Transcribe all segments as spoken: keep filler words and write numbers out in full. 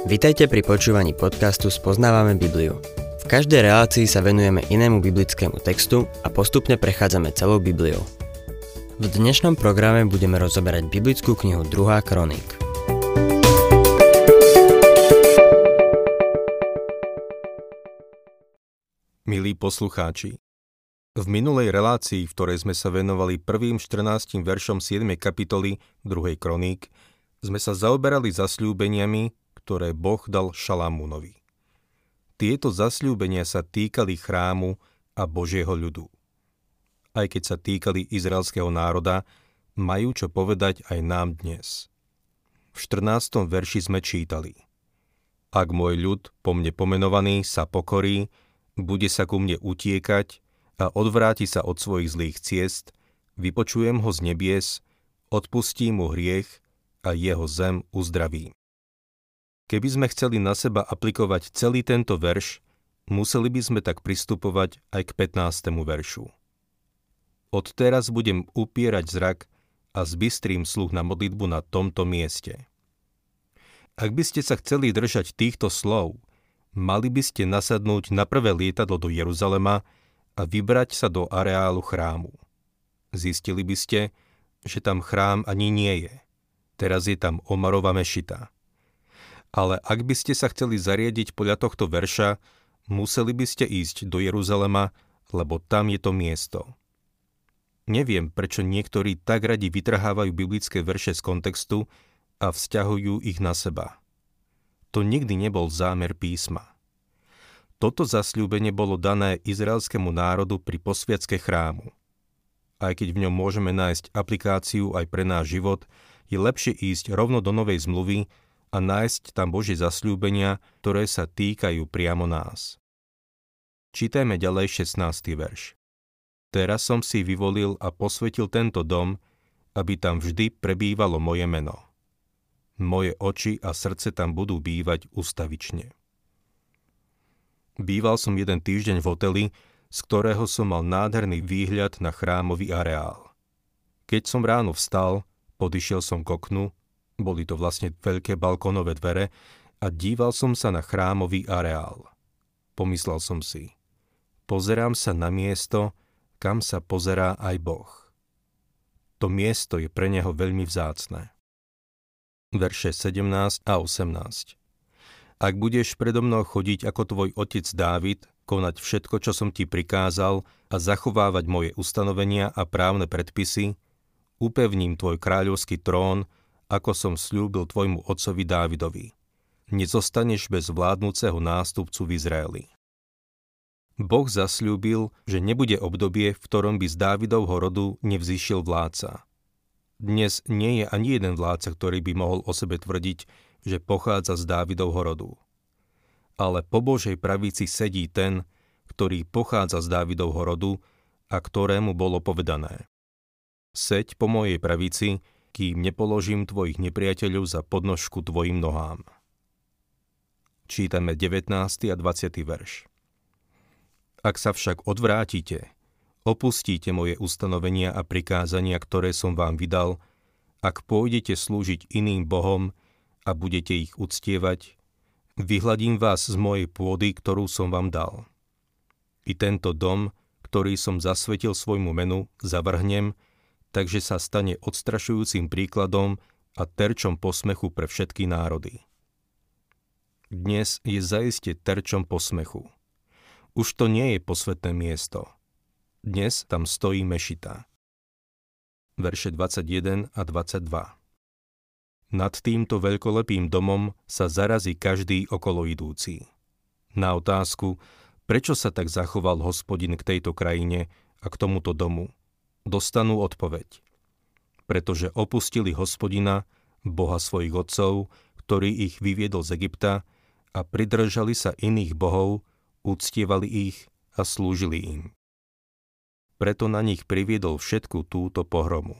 Vitajte pri počúvaní podcastu Spoznávame Bibliu. V každej relácii sa venujeme inému biblickému textu a postupne prechádzame celou Bibliou. V dnešnom programe budeme rozoberať biblickú knihu druhá Kroník. Milí poslucháči, v minulej relácii, v ktorej sme sa venovali prvým štrnástim veršom siedmej kapitoly druhej Kroník, sme sa zaoberali zasľúbeniami, ktoré Boh dal Šalamúnovi. Tieto zasľúbenia sa týkali chrámu a Božieho ľudu. Aj keď sa týkali izraelského národa, majú čo povedať aj nám dnes. V štrnástom verši sme čítali: Ak môj ľud, po mne pomenovaný, sa pokorí, bude sa ku mne utiekať a odvráti sa od svojich zlých ciest, vypočujem ho z nebies, odpustím mu hriech a jeho zem uzdravím. Keby sme chceli na seba aplikovať celý tento verš, museli by sme tak pristupovať aj k pätnástemu veršu. Odteraz budem upierať zrak a zbystrím sluch na modlitbu na tomto mieste. Ak by ste sa chceli držať týchto slov, mali by ste nasadnúť na prvé lietadlo do Jeruzalema a vybrať sa do areálu chrámu. Zistili by ste, že tam chrám ani nie je. Teraz je tam Omarova mešita. Ale ak by ste sa chceli zariadiť podľa tohto verša, museli by ste ísť do Jeruzalema, lebo tam je to miesto. Neviem, prečo niektorí tak radi vytrhávajú biblické verše z kontextu a vzťahujú ich na seba. To nikdy nebol zámer písma. Toto zasľúbenie bolo dané izraelskému národu pri posviacke chrámu. Aj keď v ňom môžeme nájsť aplikáciu aj pre náš život, je lepšie ísť rovno do Novej zmluvy a nájsť tam Božie zasľúbenia, ktoré sa týkajú priamo nás. Čítajme ďalej šestnásty verš. Teraz som si vyvolil a posvetil tento dom, aby tam vždy prebývalo moje meno. Moje oči a srdce tam budú bývať ustavične. Býval som jeden týždeň v hoteli, z ktorého som mal nádherný výhľad na chrámový areál. Keď som ráno vstal, podišiel som k oknu, boli to vlastne veľké balkónové dvere, a díval som sa na chrámový areál. Pomyslel som si, pozerám sa na miesto, kam sa pozerá aj Boh. To miesto je pre neho veľmi vzácne. Verše sedemnásť a osemnásť. Ak budeš predo mnou chodiť ako tvoj otec Dávid, konať všetko, čo som ti prikázal a zachovávať moje ustanovenia a právne predpisy, upevním tvoj kráľovský trón, ako som sľúbil tvojmu otcovi Dávidovi. Nezostaneš bez vládnúceho nástupcu v Izraeli. Boh zasľúbil, že nebude obdobie, v ktorom by z Dávidovho rodu nevzýšiel vládca. Dnes nie je ani jeden vládca, ktorý by mohol o sebe tvrdiť, že pochádza z Dávidovho rodu. Ale po Božej pravici sedí ten, ktorý pochádza z Dávidovho rodu a ktorému bolo povedané: Seď po mojej pravici, kým nepoložím tvojich nepriateľov za podnožku tvojim nohám. Čítame devätnásty a dvadsiaty verš. Ak sa však odvrátite, opustíte moje ustanovenia a prikázania, ktoré som vám vydal, ak pôjdete slúžiť iným bohom a budete ich uctievať, vyhladím vás z mojej pôdy, ktorú som vám dal. I tento dom, ktorý som zasvetil svojmu menu, zavrhnem, takže sa stane odstrašujúcim príkladom a terčom posmechu pre všetky národy. Dnes je zaiste terčom posmechu. Už to nie je posvätné miesto. Dnes tam stojí mešita. Verše dvadsaťjeden a dvadsaťdva. Nad týmto veľkolepým domom sa zarazí každý okoloidúci. Na otázku, prečo sa tak zachoval Hospodin k tejto krajine a k tomuto domu, dostanú odpoveď. Pretože opustili Hospodina, Boha svojich otcov, ktorý ich vyviedol z Egypta, a pridržali sa iných bohov, uctievali ich a slúžili im. Preto na nich priviedol všetku túto pohromu.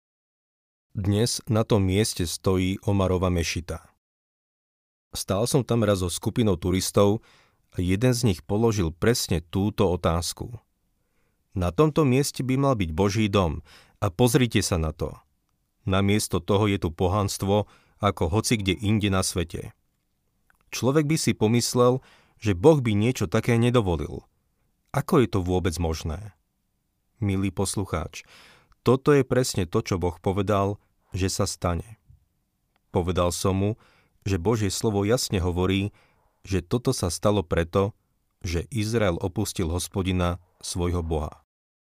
Dnes na tom mieste stojí Omarova mešita. Stál som tam raz so skupinou turistov a jeden z nich položil presne túto otázku. Na tomto mieste by mal byť Boží dom a pozrite sa na to. Namiesto toho je tu pohanstvo ako hocikde inde na svete. Človek by si pomyslel, že Boh by niečo také nedovolil. Ako je to vôbec možné? Milý poslucháč, toto je presne to, čo Boh povedal, že sa stane. Povedal som mu, že Božie slovo jasne hovorí, že toto sa stalo preto, že Izrael opustil Hospodina, svojho Boha.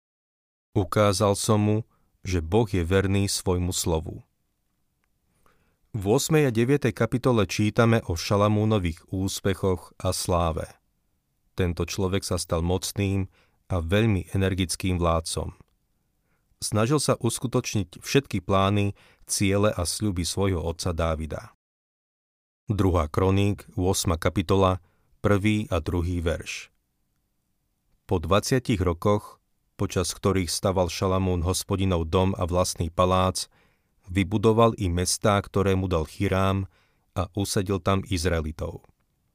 Ukázal som mu, že Boh je verný svojmu slovu. V ôsmej a deviatej kapitole čítame o Šalamúnových úspechoch a sláve. Tento človek sa stal mocným a veľmi energickým vládcom. Snažil sa uskutočniť všetky plány, ciele a sľuby svojho otca Dávida. druhá kroník, ôsma kapitola, prvý a druhý verš. Po dvadsiatich rokoch, počas ktorých staval Šalamún Hospodinov dom a vlastný palác, vybudoval i mestá, ktoré mu dal Chirám, a usadil tam Izraelitov.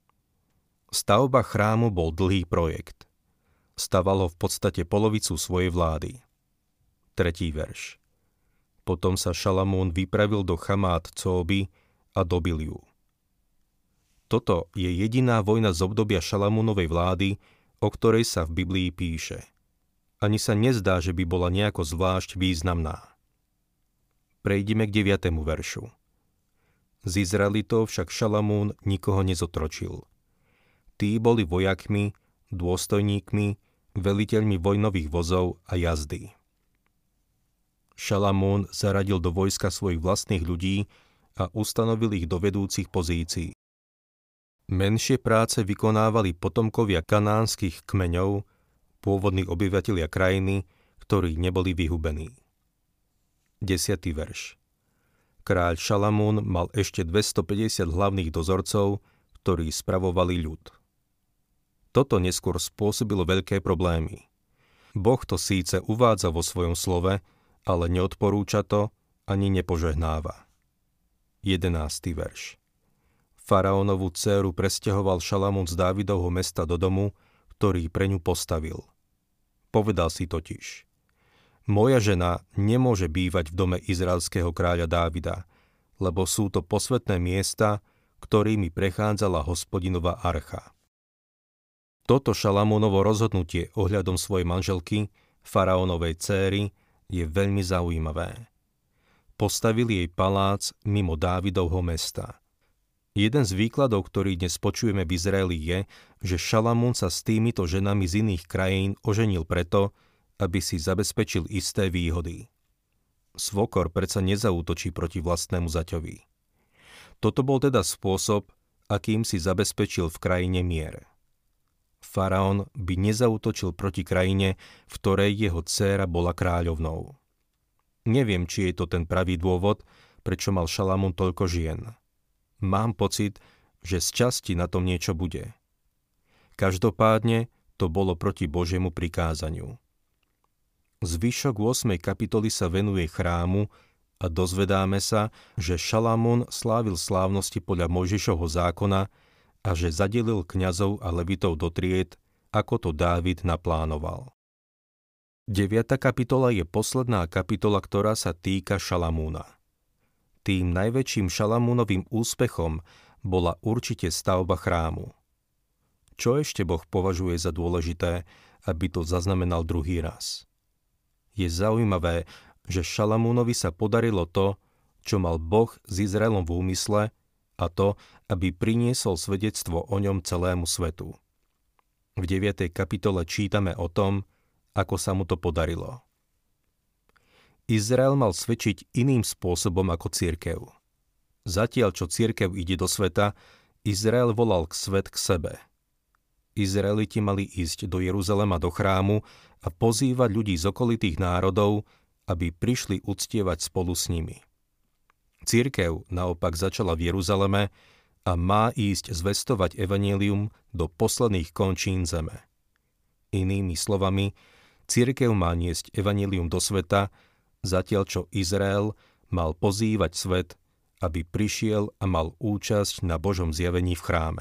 Stavba chrámu bol dlhý projekt. Staval ho v podstate polovicu svojej vlády. Tretí verš. Potom sa Šalamún vypravil do Chamát Cóby a dobil ju. Toto je jediná vojna z obdobia Šalamúnovej vlády, o ktorej sa v Biblii píše. Ani sa nezdá, že by bola nejako zvlášť významná. Prejdime k deviatemu veršu. Z Izraelitov však Šalamún nikoho nezotročil. Tí boli vojakmi, dôstojníkmi, veliteľmi vojnových vozov a jazdy. Šalamún zaradil do vojska svojich vlastných ľudí a ustanovil ich do vedúcich pozícií. Menšie práce vykonávali potomkovia kanánskych kmeňov, pôvodní obyvatelia krajiny, ktorí neboli vyhubení. desiaty verš. Kráľ Šalamún mal ešte dvestopäťdesiat hlavných dozorcov, ktorí spravovali ľud. Toto neskôr spôsobilo veľké problémy. Boh to síce uvádza vo svojom slove, ale neodporúča to ani nepožehnáva. jedenásty verš. Faraónovú dcéru presťahoval Šalamún z Dávidovho mesta do domu, ktorý pre ňu postavil. Povedal si totiž: Moja žena nemôže bývať v dome izraelského kráľa Dávida, lebo sú to posvätné miesta, ktorými prechádzala Hospodinova archa. Toto Šalamúnovo rozhodnutie ohľadom svojej manželky, faraónovej dcéry, je veľmi zaujímavé. Postavili jej palác mimo Dávidovho mesta. Jeden z výkladov, ktorý dnes počujeme v Izraeli, je, že Šalamún sa s týmito ženami z iných krajín oženil preto, aby si zabezpečil isté výhody. Svokor predsa nezaútočí proti vlastnému zaťovi. Toto bol teda spôsob, akým si zabezpečil v krajine mier. Faraón by nezaútočil proti krajine, v ktorej jeho dcéra bola kráľovnou. Neviem, či je to ten pravý dôvod, prečo mal Šalamún toľko žien. Mám pocit, že z časti na tom niečo bude. Každopádne to bolo proti Božiemu prikázaniu. Zvyšok ôsmej kapitoly sa venuje chrámu a dozvedáme sa, že Šalamún slávil slávnosti podľa Mojžišovho zákona a že zadelil kňazov a levitov do tried, ako to Dávid naplánoval. deviata kapitola je posledná kapitola, ktorá sa týka Šalamúna. Tým najväčším Šalamúnovým úspechom bola určite stavba chrámu. Čo ešte Boh považuje za dôležité, aby to zaznamenal druhý raz? Je zaujímavé, že Šalamúnovi sa podarilo to, čo mal Boh s Izraelom v úmysle, a to, aby priniesol svedectvo o ňom celému svetu. V deviatej kapitole čítame o tom, ako sa mu to podarilo. Izrael mal svedčiť iným spôsobom ako cirkev. Zatiaľ, čo cirkev ide do sveta, Izrael volal k svet k sebe. Izraeliti mali ísť do Jeruzalema do chrámu a pozývať ľudí z okolitých národov, aby prišli uctievať spolu s nimi. Cirkev naopak začala v Jeruzaleme a má ísť zvestovať evanjelium do posledných končín zeme. Inými slovami, cirkev má niesť evanjelium do sveta, zatiaľ čo Izrael mal pozývať svet, aby prišiel a mal účasť na Božom zjavení v chráme.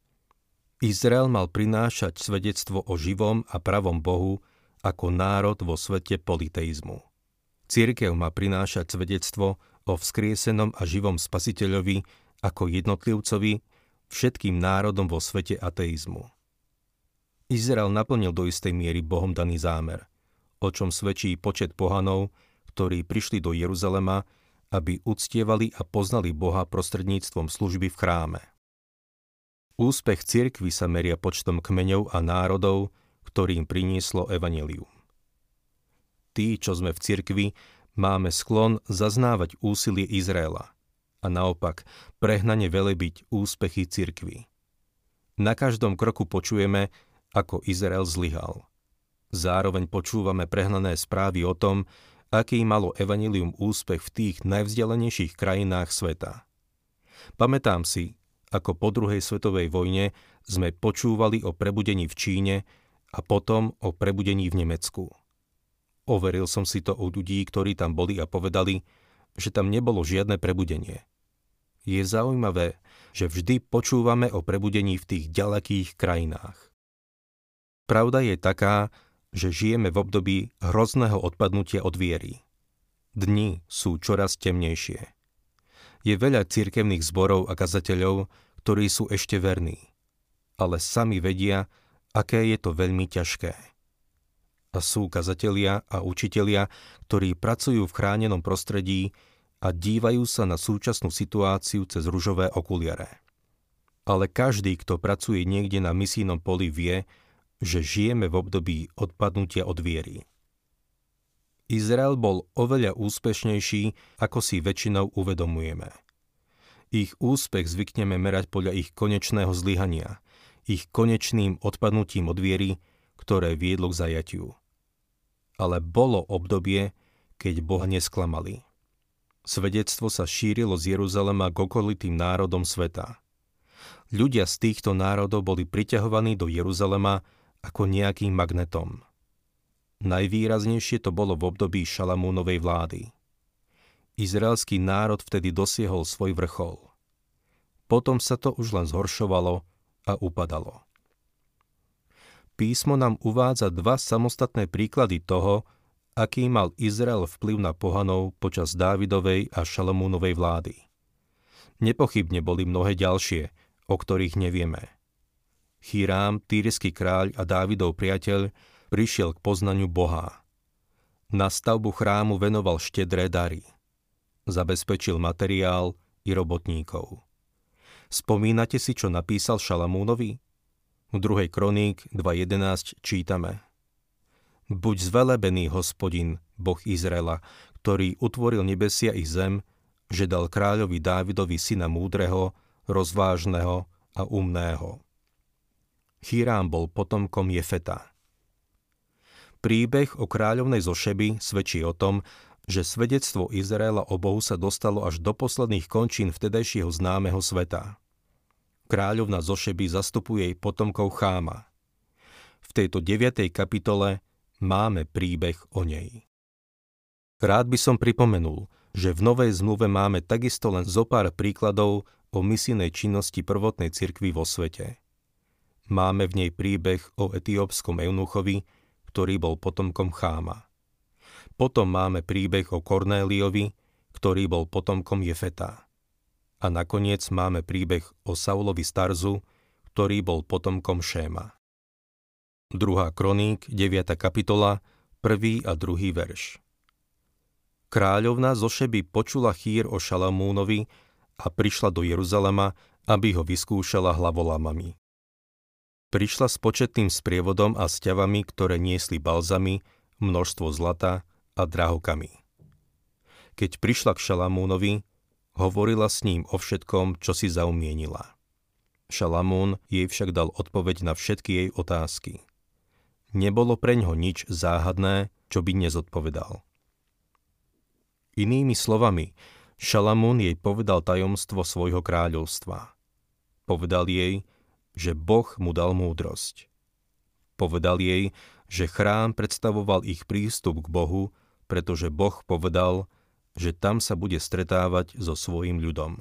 Izrael mal prinášať svedectvo o živom a pravom Bohu ako národ vo svete politeizmu. Cirkev má prinášať svedectvo o vzkriesenom a živom Spasiteľovi ako jednotlivcovi, všetkým národom vo svete ateizmu. Izrael naplnil do istej miery Bohom daný zámer, o čom svedčí počet pohanov, ktorí prišli do Jeruzalema, aby uctievali a poznali Boha prostredníctvom služby v chráme. Úspech cirkvi sa meria počtom kmeňov a národov, ktorým prinieslo evanjelium. Tí, čo sme v cirkvi, máme sklon zaznávať úsilie Izraela a naopak prehnane velebiť úspechy cirkvi. Na každom kroku počujeme, ako Izrael zlyhal. Zároveň počúvame prehnané správy o tom, aký malo evanjelium úspech v tých najvzdialenejších krajinách sveta. Pamätám si, ako po druhej svetovej vojne sme počúvali o prebudení v Číne a potom o prebudení v Nemecku. Overil som si to u ľudí, ktorí tam boli a povedali, že tam nebolo žiadne prebudenie. Je zaujímavé, že vždy počúvame o prebudení v tých ďalekých krajinách. Pravda je taká, že žijeme v období hrozného odpadnutia od viery. Dni sú čoraz temnejšie. Je veľa cirkevných zborov a kazateľov, ktorí sú ešte verní, ale sami vedia, aké je to veľmi ťažké. A sú kazatelia a učitelia, ktorí pracujú v chránenom prostredí a dívajú sa na súčasnú situáciu cez ružové okuliare. Ale každý, kto pracuje niekde na misijnom poli, vie, že žijeme v období odpadnutia od viery. Izrael bol oveľa úspešnejší, ako si väčšinou uvedomujeme. Ich úspech zvykneme merať podľa ich konečného zlyhania, ich konečným odpadnutím od viery, ktoré viedlo k zajatiu. Ale bolo obdobie, keď Boha nesklamali. Svedectvo sa šírilo z Jeruzalema k okolitým národom sveta. Ľudia z týchto národov boli priťahovaní do Jeruzalema ako nejakým magnetom. Najvýraznejšie to bolo v období Šalamúnovej vlády. Izraelský národ vtedy dosiahol svoj vrchol. Potom sa to už len zhoršovalo a upadalo. Písmo nám uvádza dva samostatné príklady toho, aký mal Izrael vplyv na pohanov počas Dávidovej a Šalamúnovej vlády. Nepochybne boli mnohé ďalšie, o ktorých nevieme. Chirám, týrsky kráľ a Dávidov priateľ, prišiel k poznaniu Boha. Na stavbu chrámu venoval štedré dary. Zabezpečil materiál i robotníkov. Spomínate si, čo napísal Šalamúnovi? V druhej kroník dva jedenásť čítame: Buď zvelebený Hospodin, Boh Izraela, ktorý utvoril nebesia i zem, že dal kráľovi Dávidovi syna múdreho, rozvážneho a umného. Chirám bol potomkom Jefeta. Príbeh o kráľovnej zo Šeby svedčí o tom, že svedectvo Izraela o Bohu sa dostalo až do posledných končín vtedajšieho známeho sveta. Kráľovna zo Šeby zastupuje jej potomkov Cháma. V tejto deviatej kapitole máme príbeh o nej. Rád by som pripomenul, že v Novej zmluve máme takisto len zopár príkladov o misijnej činnosti prvotnej cirkvi vo svete. Máme v nej príbeh o etiópskom eunuchovi, ktorý bol potomkom Cháma. Potom máme príbeh o Kornéliovi, ktorý bol potomkom Jefeta. A nakoniec máme príbeh o Saulovi z Tarzu, ktorý bol potomkom Šéma. druhá kroník, deviata kapitola, prvý a druhý verš. Kráľovna zo Šeby počula chýr o Šalamúnovi a prišla do Jeruzalema, aby ho vyskúšala hlavolamami. Prišla s početným sprievodom a sťavami, ktoré niesli balzami, množstvo zlata a drahokamy. Keď prišla k Šalamúnovi, hovorila s ním o všetkom, čo si zaumienila. Šalamún jej však dal odpoveď na všetky jej otázky. Nebolo preňho nič záhadné, čo by nezodpovedal. Inými slovami, Šalamún jej povedal tajomstvo svojho kráľovstva. Povedal jej, že Boh mu dal múdrosť. Povedal jej, že chrám predstavoval ich prístup k Bohu, pretože Boh povedal, že tam sa bude stretávať so svojím ľudom.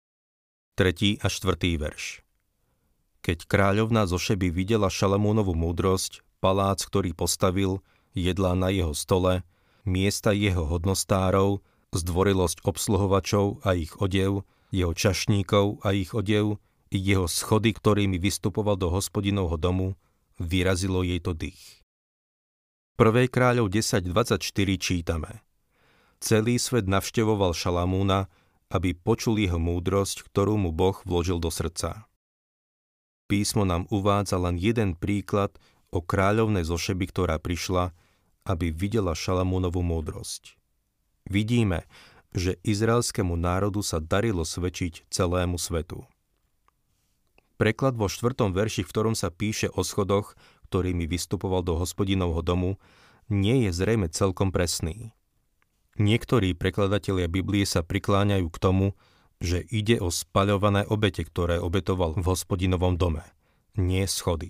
Tretí a štvrtý verš. Keď kráľovna zo Šeby videla Šalamúnovu múdrosť, palác, ktorý postavil, jedlá na jeho stole, miesta jeho hodnostárov, zdvorilosť obsluhovačov a ich odev, jeho čašníkov a ich odev, Jeho schody, ktorými vystupoval do Hospodinovho domu, vyrazilo jej to dých. prvej kráľov desať dvadsaťštyri čítame: Celý svet navštevoval Šalamúna, aby počul jeho múdrosť, ktorú mu Boh vložil do srdca. Písmo nám uvádza len jeden príklad o kráľovnej Zošeby, ktorá prišla, aby videla Šalamúnovu múdrosť. Vidíme, že izraelskému národu sa darilo svedčiť celému svetu. Preklad vo štvrtom verši, v ktorom sa píše o schodoch, ktorými vystupoval do Hospodinovho domu, nie je zrejme celkom presný. Niektorí prekladatelia Biblie sa prikláňajú k tomu, že ide o spaľované obete, ktoré obetoval v Hospodinovom dome, nie schody.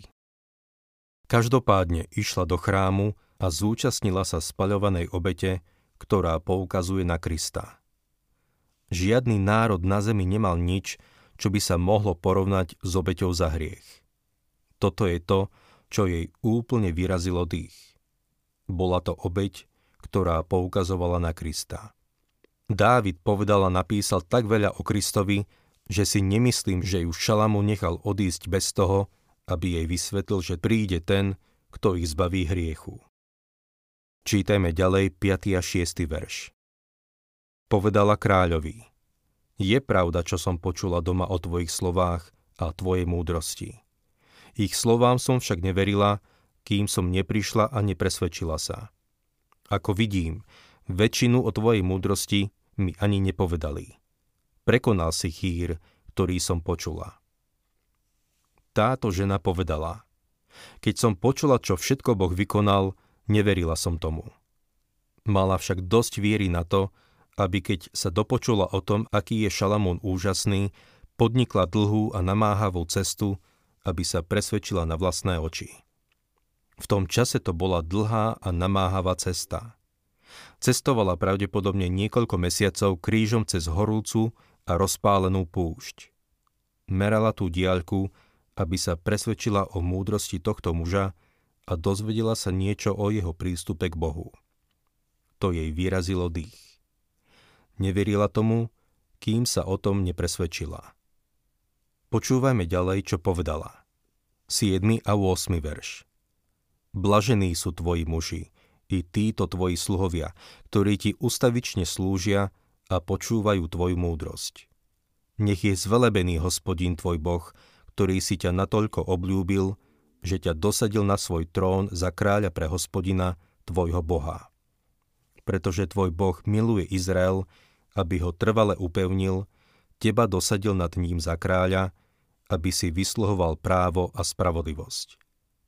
Každopádne išla do chrámu a zúčastnila sa spaľovanej obete, ktorá poukazuje na Krista. Žiadny národ na zemi nemal nič, čo by sa mohlo porovnať s obeťou za hriech. Toto je to, čo jej úplne vyrazilo dých. Bola to obeť, ktorá poukazovala na Krista. Dávid povedal a napísal tak veľa o Kristovi, že si nemyslím, že ju Šalamún nechal odísť bez toho, aby jej vysvetlil, že príde ten, kto ich zbaví hriechu. Čítajme ďalej piaty a šiesty verš. Povedala kráľovi: Je pravda, čo som počula doma o tvojich slovách a tvojej múdrosti. Ich slovám som však neverila, kým som neprišla a nepresvedčila sa. Ako vidím, väčšinu o tvojej múdrosti mi ani nepovedali. Prekonal si chýr, ktorý som počula. Táto žena povedala: Keď som počula, čo všetko Boh vykonal, neverila som tomu. Mala však dosť viery na to, aby keď sa dopočula o tom, aký je Šalamún úžasný, podnikla dlhú a namáhavú cestu, aby sa presvedčila na vlastné oči. V tom čase to bola dlhá a namáhavá cesta. Cestovala pravdepodobne niekoľko mesiacov krížom cez horúcu a rozpálenú púšť. Merala tú diaľku, aby sa presvedčila o múdrosti tohto muža a dozvedela sa niečo o jeho prístupe k Bohu. To jej vyrazilo dých. Neverila tomu, kým sa o tom nepresvedčila. Počúvajme ďalej, čo povedala. siedmy a ôsmy verš. Blažení sú tvoji muži, i títo tvoji sluhovia, ktorí ti ustavične slúžia a počúvajú tvoju múdrosť. Nech je zvelebený Hospodin tvoj Boh, ktorý si ťa natoľko obľúbil, že ťa dosadil na svoj trón za kráľa pre Hospodina, tvojho Boha. Pretože tvoj Boh miluje Izrael, aby ho trvale upevnil, teba dosadil nad ním za kráľa, aby si vysluhoval právo a spravodlivosť.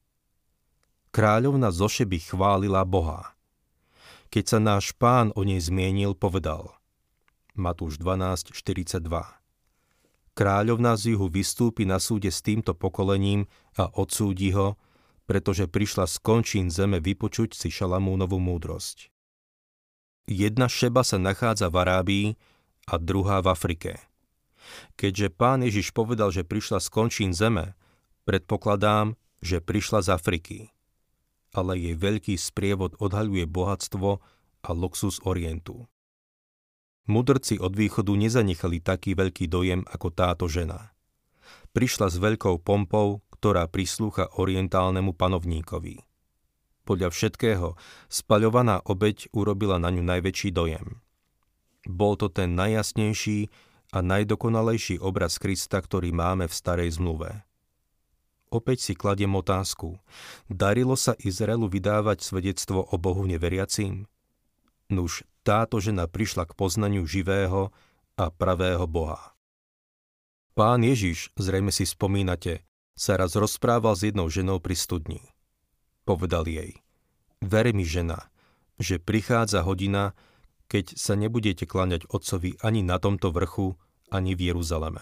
Kráľovna Zošeby chválila Boha. Keď sa náš Pán o nej zmienil, povedal: Matúš dvanásť štyridsaťdva. Kráľovna z juhu vystúpi na súde s týmto pokolením a odsúdi ho, pretože prišla z končín zeme vypočuť si Šalamúnovu múdrosť. Jedna Šeba sa nachádza v Arábii a druhá v Afrike. Keďže Pán Ježiš povedal, že prišla z končín zeme, predpokladám, že prišla z Afriky. Ale jej veľký sprievod odhaľuje bohatstvo a luxus Orientu. Mudrci od východu nezanechali taký veľký dojem ako táto žena. Prišla s veľkou pompou, ktorá prislúcha orientálnemu panovníkovi. Podľa všetkého, spaľovaná obeť urobila na ňu najväčší dojem. Bol to ten najjasnejší a najdokonalejší obraz Krista, ktorý máme v starej zmluve. Opäť si kladiem otázku. Darilo sa Izraelu vydávať svedectvo o Bohu neveriacím? Nuž, táto žena prišla k poznaniu živého a pravého Boha. Pán Ježiš, zrejme si spomínate, sa raz rozprával s jednou ženou pri studni. Povedal jej: Ver mi, žena, že prichádza hodina, keď sa nebudete kláňať Otcovi ani na tomto vrchu, ani v Jeruzaleme.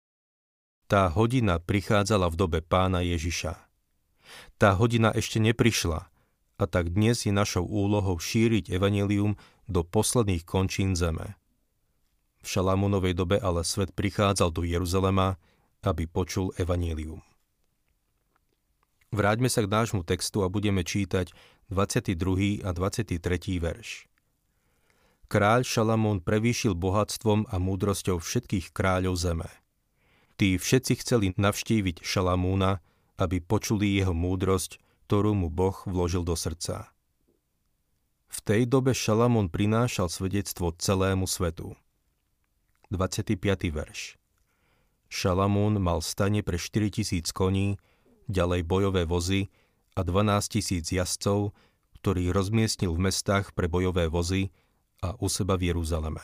Tá hodina prichádzala v dobe Pána Ježiša. Tá hodina ešte neprišla, a tak dnes je našou úlohou šíriť evanjelium do posledných končín zeme. V Šalamúnovej dobe ale svet prichádzal do Jeruzalema, aby počul evanjelium. Vráťme sa k nášmu textu a budeme čítať dvadsiaty druhý a dvadsiaty tretí verš. Kráľ Šalamún prevýšil bohatstvom a múdrosťou všetkých kráľov zeme. Tí všetci chceli navštíviť Šalamúna, aby počuli jeho múdrosť, ktorú mu Boh vložil do srdca. V tej dobe Šalamún prinášal svedectvo celému svetu. dvadsiaty piaty verš. Šalamún mal stane pre štyritisíc koní, ďalej bojové vozy a dvanásťtisíc jazdcov, ktorých rozmiestnil v mestách pre bojové vozy a u seba v Jeruzaleme.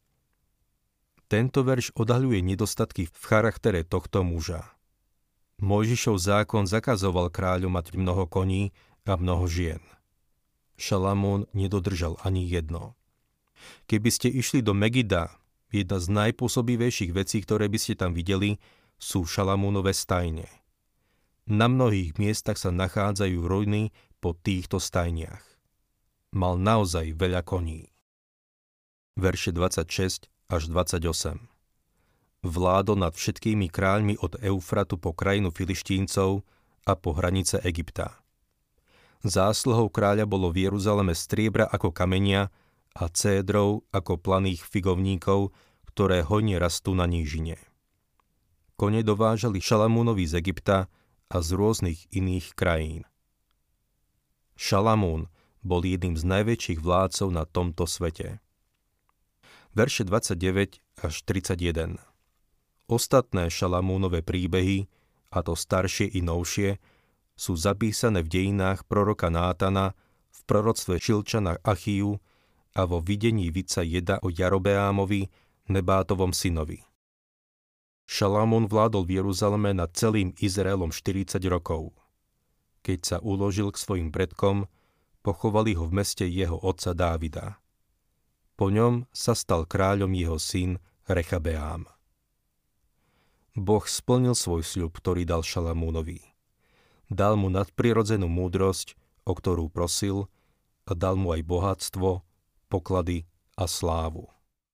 Tento verš odhaľuje nedostatky v charaktere tohto muža. Mojžišov zákon zakazoval kráľu mať mnoho koní a mnoho žien. Šalamún nedodržal ani jedno. Keby ste išli do Megida, jedna z najpôsobivejších vecí, ktoré by ste tam videli, sú Šalamúnove stajne. Na mnohých miestach sa nachádzajú ruiny po týchto stajniach. Mal naozaj veľa koní. Verše dvadsaťšesť až dvadsaťosem. Vládol nad všetkými kráľmi od Eufratu po krajinu Filištíncov a po hranice Egypta. Zásluhou kráľa bolo v Jeruzaleme striebra ako kamenia a cédrov ako planých figovníkov, ktoré hojne rastú na nížine. Kone dovážali Šalamúnovi z Egypta a z rôznych iných krajín. Šalamún bol jedným z najväčších vládcov na tomto svete. Verše dvadsaťdeväť až tridsaťjeden. Ostatné Šalamúnove príbehy, a to staršie i novšie, sú zapísané v dejinách proroka Nátana, v proroctve Šilčana Achiju a vo videní vidca Jeda o Jarobeámovi, Nebátovom synovi. Šalamún vládol v Jeruzaleme nad celým Izraelom štyridsať rokov. Keď sa uložil k svojim predkom, pochovali ho v meste jeho otca Dávida. Po ňom sa stal kráľom jeho syn Rechabeám. Boh splnil svoj sľub, ktorý dal Šalamúnovi. Dal mu nadprirodzenú múdrosť, o ktorú prosil, a dal mu aj bohatstvo, poklady a slávu.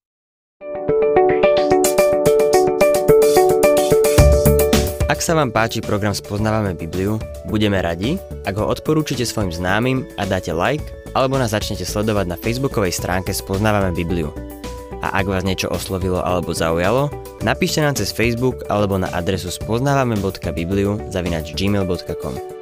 Ak sa vám páči program Spoznávame Bibliu, budeme radi, ak ho odporúčite svojim známym a dáte like, alebo nás začnete sledovať na facebookovej stránke Spoznávame Bibliu. A ak vás niečo oslovilo alebo zaujalo, napíšte nám cez Facebook alebo na adresu spoznávame bodka bibliu zavináč gmail bodka com.